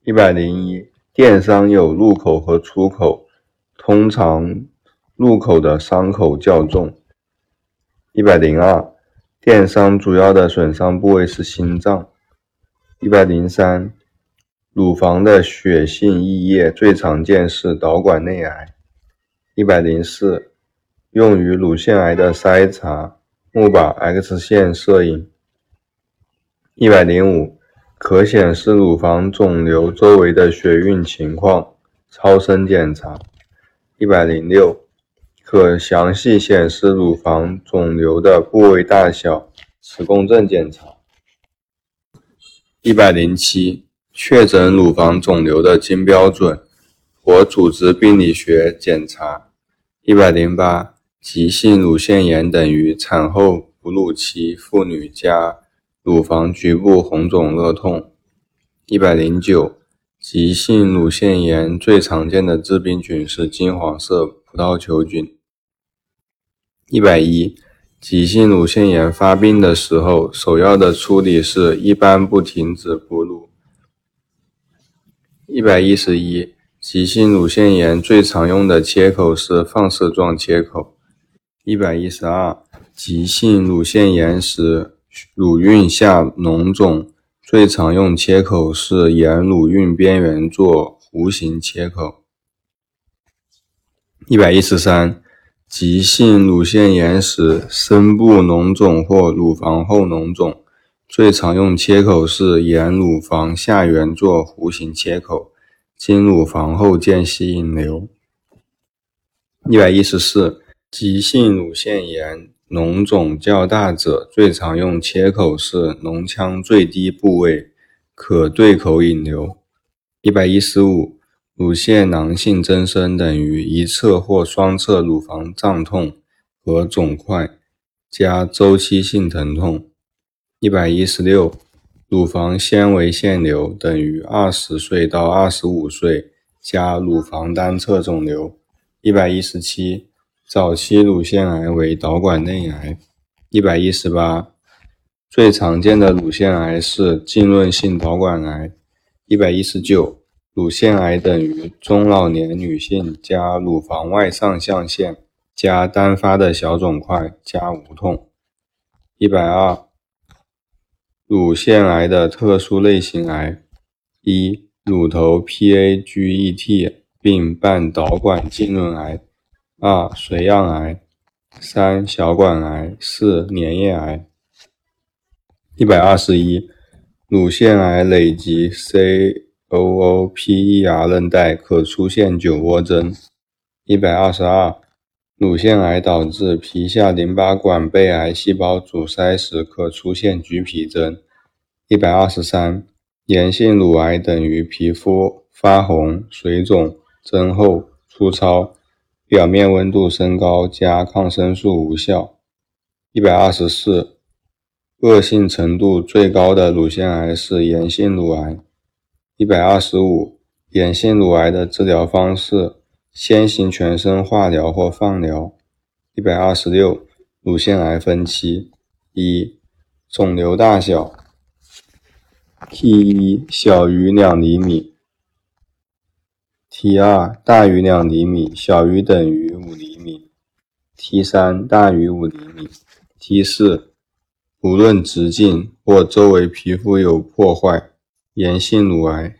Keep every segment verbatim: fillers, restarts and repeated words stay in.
一百零一，电伤有入口和出口，通常入口的伤口较重。一百零二，电伤主要的损伤部位是心脏。一百零三，乳房的血性溢液最常见是导管内癌。一百零四，用于乳腺癌的筛查，钼靶 X 线摄影。一百零五，可显示乳房肿瘤周围的血运情况，超声检查。一百零六，可详细显示乳房肿瘤的部位大小，磁共振检查。一百零七，确诊乳房肿瘤的金标准，或组织病理学检查。一百零八，急性乳腺炎等于产后哺乳期妇女加乳房局部红肿热痛。一百零九，急性乳腺炎最常见的致病菌是金黄色葡萄球菌。一百一，急性乳腺炎发病的时候，首要的处理是一般不停止哺乳。一百一十一，急性乳腺炎最常用的切口是放射状切口。一百一十二，急性乳腺炎时乳晕下脓肿，最常用切口是沿乳晕边缘做弧形切口。一百一十三，急性乳腺炎时深部脓肿或乳房后脓肿，最常用切口是沿乳房下缘做弧形切口，经乳房后间隙引流。一百一十四，急性乳腺炎脓肿较大者，最常用切口是脓腔最低部位，可对口引流。一百一十五，乳腺囊性增生等于一侧或双侧乳房胀痛和肿块加周期性疼痛。一百一十六，乳房纤维腺瘤等于二十岁到二十五岁加乳房单侧肿瘤。一百一十七，早期乳腺癌为导管内癌。一百一十八，最常见的乳腺癌是浸润性导管癌。一百一十九，乳腺癌等于中老年女性加乳房外上象限加单发的小肿块加无痛。一百二，乳腺癌的特殊类型癌：一、乳头 P A G E T 并伴导管浸润癌；二、髓样癌；三、小管癌；四、粘液癌。一百二十一，乳腺癌累及 C O O P E R 韧带可出现酒窝征。一百二十二，乳腺癌导致皮下淋巴管被癌细胞阻塞时可出现橘皮征。一百二十三，炎性乳癌等于皮肤发红、水肿、增厚、粗糙，表面温度升高加抗生素无效。一百二十四，恶性程度最高的乳腺癌是炎性乳癌。一百二十五，炎性乳癌的治疗方式先行全身化疗或放疗。一百二十六，乳腺癌分期：一、肿瘤大小 T 一 小于两厘米 T 二 大于两厘米，小于等于五厘米 T 三 大于五厘米 T 四 无论直径或周围皮肤有破坏，炎性乳癌。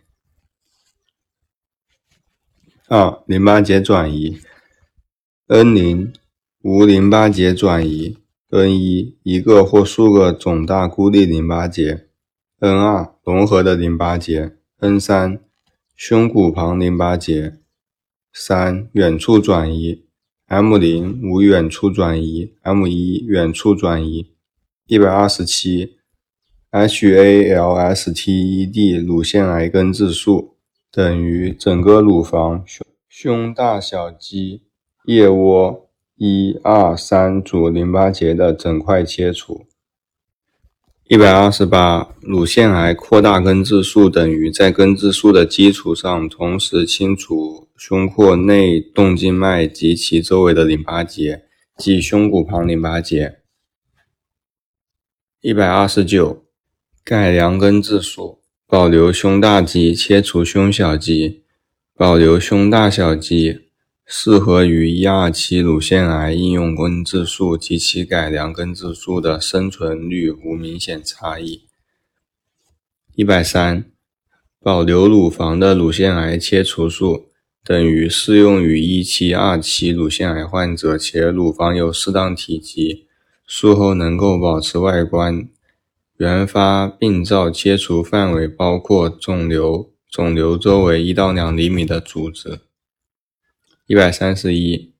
二、淋巴结转移 N 零 无淋巴结转移 N 一 一个或数个肿大孤立淋巴结 N 二 融合的淋巴结 N 三 胸骨旁淋巴结。三、远处转移 M 零 无远处转移 M 一 远处转移。一百二十七 H A L S T E D 乳腺癌根治术等于整个乳房胸大小肌腋窝一、二、三组淋巴结的整块切除。一百二十八，乳腺癌扩大根治术等于在根治术的基础上同时清除胸廓内动静脉及其周围的淋巴结，即胸骨旁淋巴结。一百二十九，改良根治术保留胸大肌，切除胸小肌。保留胸大小肌，适合于一二期乳腺癌应用根治术及其改良根治术的生存率无明显差异。一百三十，保留乳房的乳腺癌切除术等于适用于一期、二期乳腺癌患者，且乳房有适当体积，术后能够保持外观。原发病灶切除范围包括肿瘤，肿瘤周围一到两厘米的组织。一百三十一，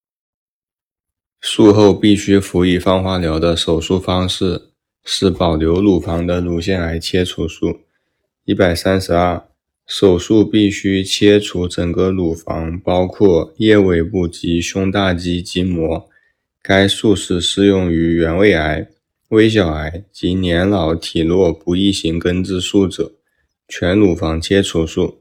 术后必须辅以放化疗的手术方式是保留乳房的乳腺癌切除术。一百三十二，手术必须切除整个乳房，包括腋尾部及胸大肌筋膜。该术式适用于原位癌、微小癌及年老体弱不异型根治术者。全乳房切除术。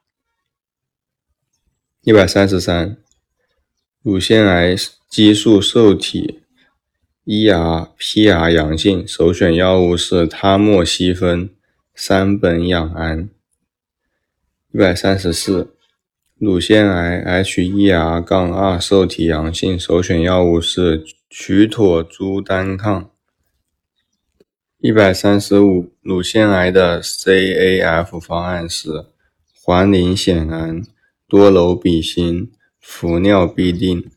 一百三十三，乳腺癌激素受体 E R P R 阳性，首选药物是他莫西芬三苯氧胺。一百三十四，乳腺癌 H E R 二 受体阳性，首选药物是曲妥珠单抗。一百三十五，乳腺癌的 C A F 方案是环磷酰胺、多胪比辛、氟尿必定。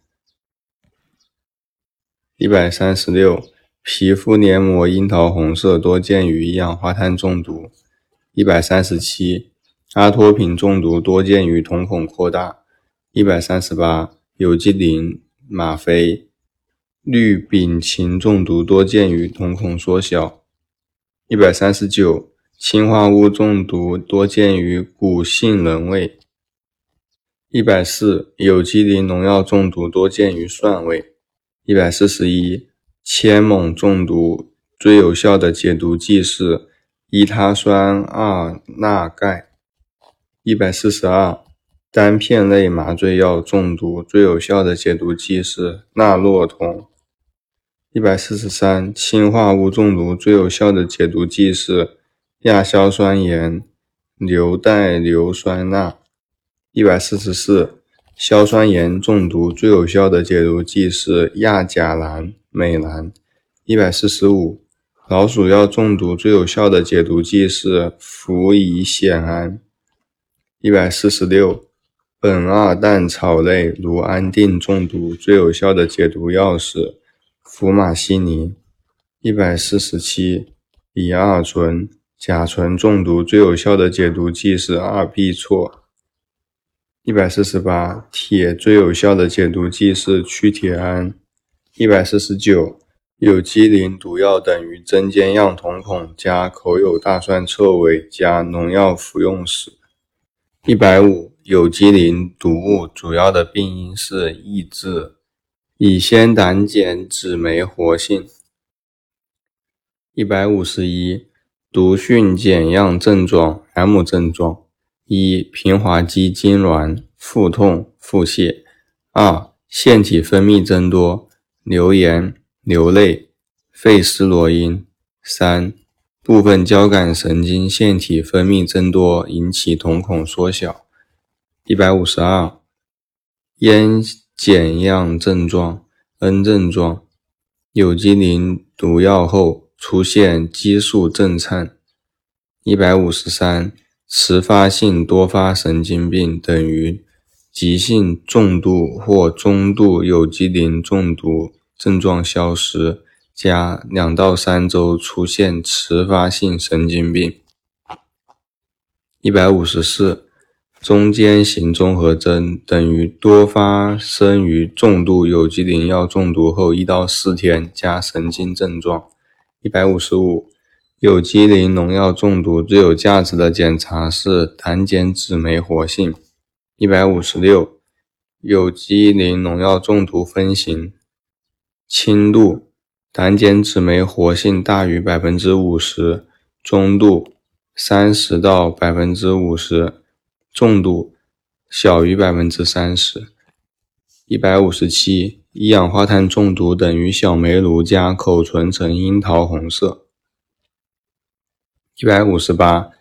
一百三十六，皮肤黏膜樱桃红色多见于一氧化碳中毒。一百三十七，阿托品中毒多见于瞳孔扩大。一百三十八，有机磷、吗啡、氯丙嗪中毒多见于瞳孔缩小。一百三十九，氰化物中毒多见于骨性人位。一百四十，有机磷农药中毒多见于蒜位。一百四十一，铅锰中毒最有效的解毒剂是伊他酸二钠钙。一百四十二，单片类麻醉药中毒最有效的解毒剂是纳洛酮。一百四十三，氰化物中毒最有效的解毒剂是亚硝酸盐硫代硫酸钠。一百四十四，硝酸盐中毒最有效的解毒剂是亚甲蓝、美蓝。一百四十五，老鼠药中毒最有效的解毒剂是氟乙酰胺。一百四十六，苯二氮草类如安定中毒最有效的解毒药是福马西尼。一百四十七，乙二醇、甲醇中毒最有效的解毒剂是二吡唑。一百四十八，铁最有效的解毒剂是屈铁胺。一百四十九，有机磷毒药等于针尖样瞳孔加口有大蒜臭味加农药服用时。一百五十，有机磷毒物主要的病因是抑制乙酰胆碱酯酶活性。一百五十一，毒蕈碱样症状 M 症状：一、平滑肌痉挛、腹痛、腹泻；二、腺体分泌增多，流盐、流泪、肺丝罗因；三、部分交感神经腺体分泌增多，引起瞳孔缩小。一百五十二，烟碱样症状 N 症状：有机磷毒药后出现激素震颤。一百五十三，迟发性多发神经病等于急性重度或中度有机磷中毒症状消失加两到三周出现迟发性神经病。一百五十四，中间型综合征等于多发生于重度有机磷药中毒后一到四天加神经症状。一百五十五，有机磷农药中毒最有价值的检查是胆碱酯酶活性。一百五十六，有机磷农药中毒分型：轻度，胆碱酯酶活性大于 百分之五十， 中度三十到 百分之五十， 重度小于 百分之三十。一百五十七，一氧化碳中毒等于小煤炉加口唇呈樱桃红色。一百五十八，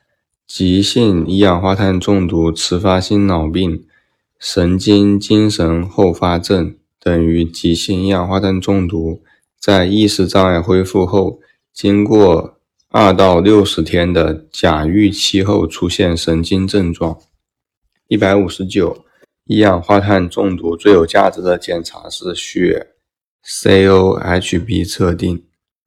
急性一氧化碳中毒迟发性脑病、神经精神后发症等于急性一氧化碳中毒在意识障碍恢复后，经过二到六十天的假预期后出现神经症状。一百五十九，一氧化碳中毒最有价值的检查是血 C O H B 测定。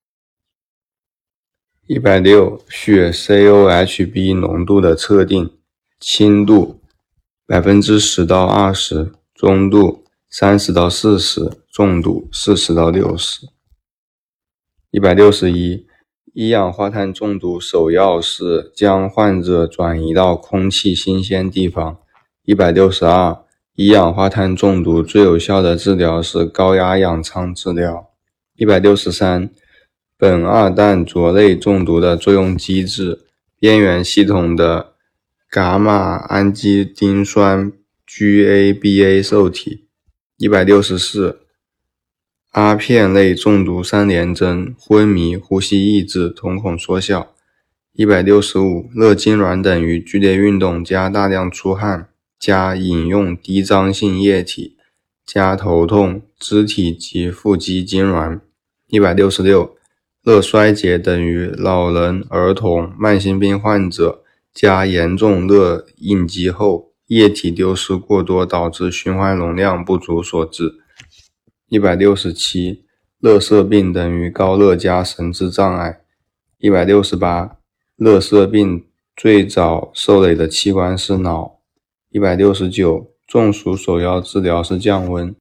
一百六，血 C O H B 浓度的测定，轻度 百分之十到二十，中度三十到四十，重度四十到六十。一百六十一，一氧化碳中毒首要是将患者转移到空气新鲜地方。一百六十二，一氧化碳中毒最有效的治疗是高压氧舱治疗。一百六十三，苯二氮卓类中毒的作用机制，边缘系统的伽马氨基丁酸 G A B A 受体。一百六十四，阿片类中毒三联征，昏迷、呼吸抑制、瞳孔缩小。一百六十五，乐痉挛等于剧烈运动加大量出汗加饮用低张性液体加头痛、肢体及腹肌痉挛。一百六十六，乐衰竭等于老人、儿童、慢性病患者加严重乐应激后液体丢失过多导致循环容量不足所致。一百六十七，乐色病等于高乐加神志障碍。一百六十八，乐色病最早受累的器官是脑。一百六十九，中暑首要治疗是降温。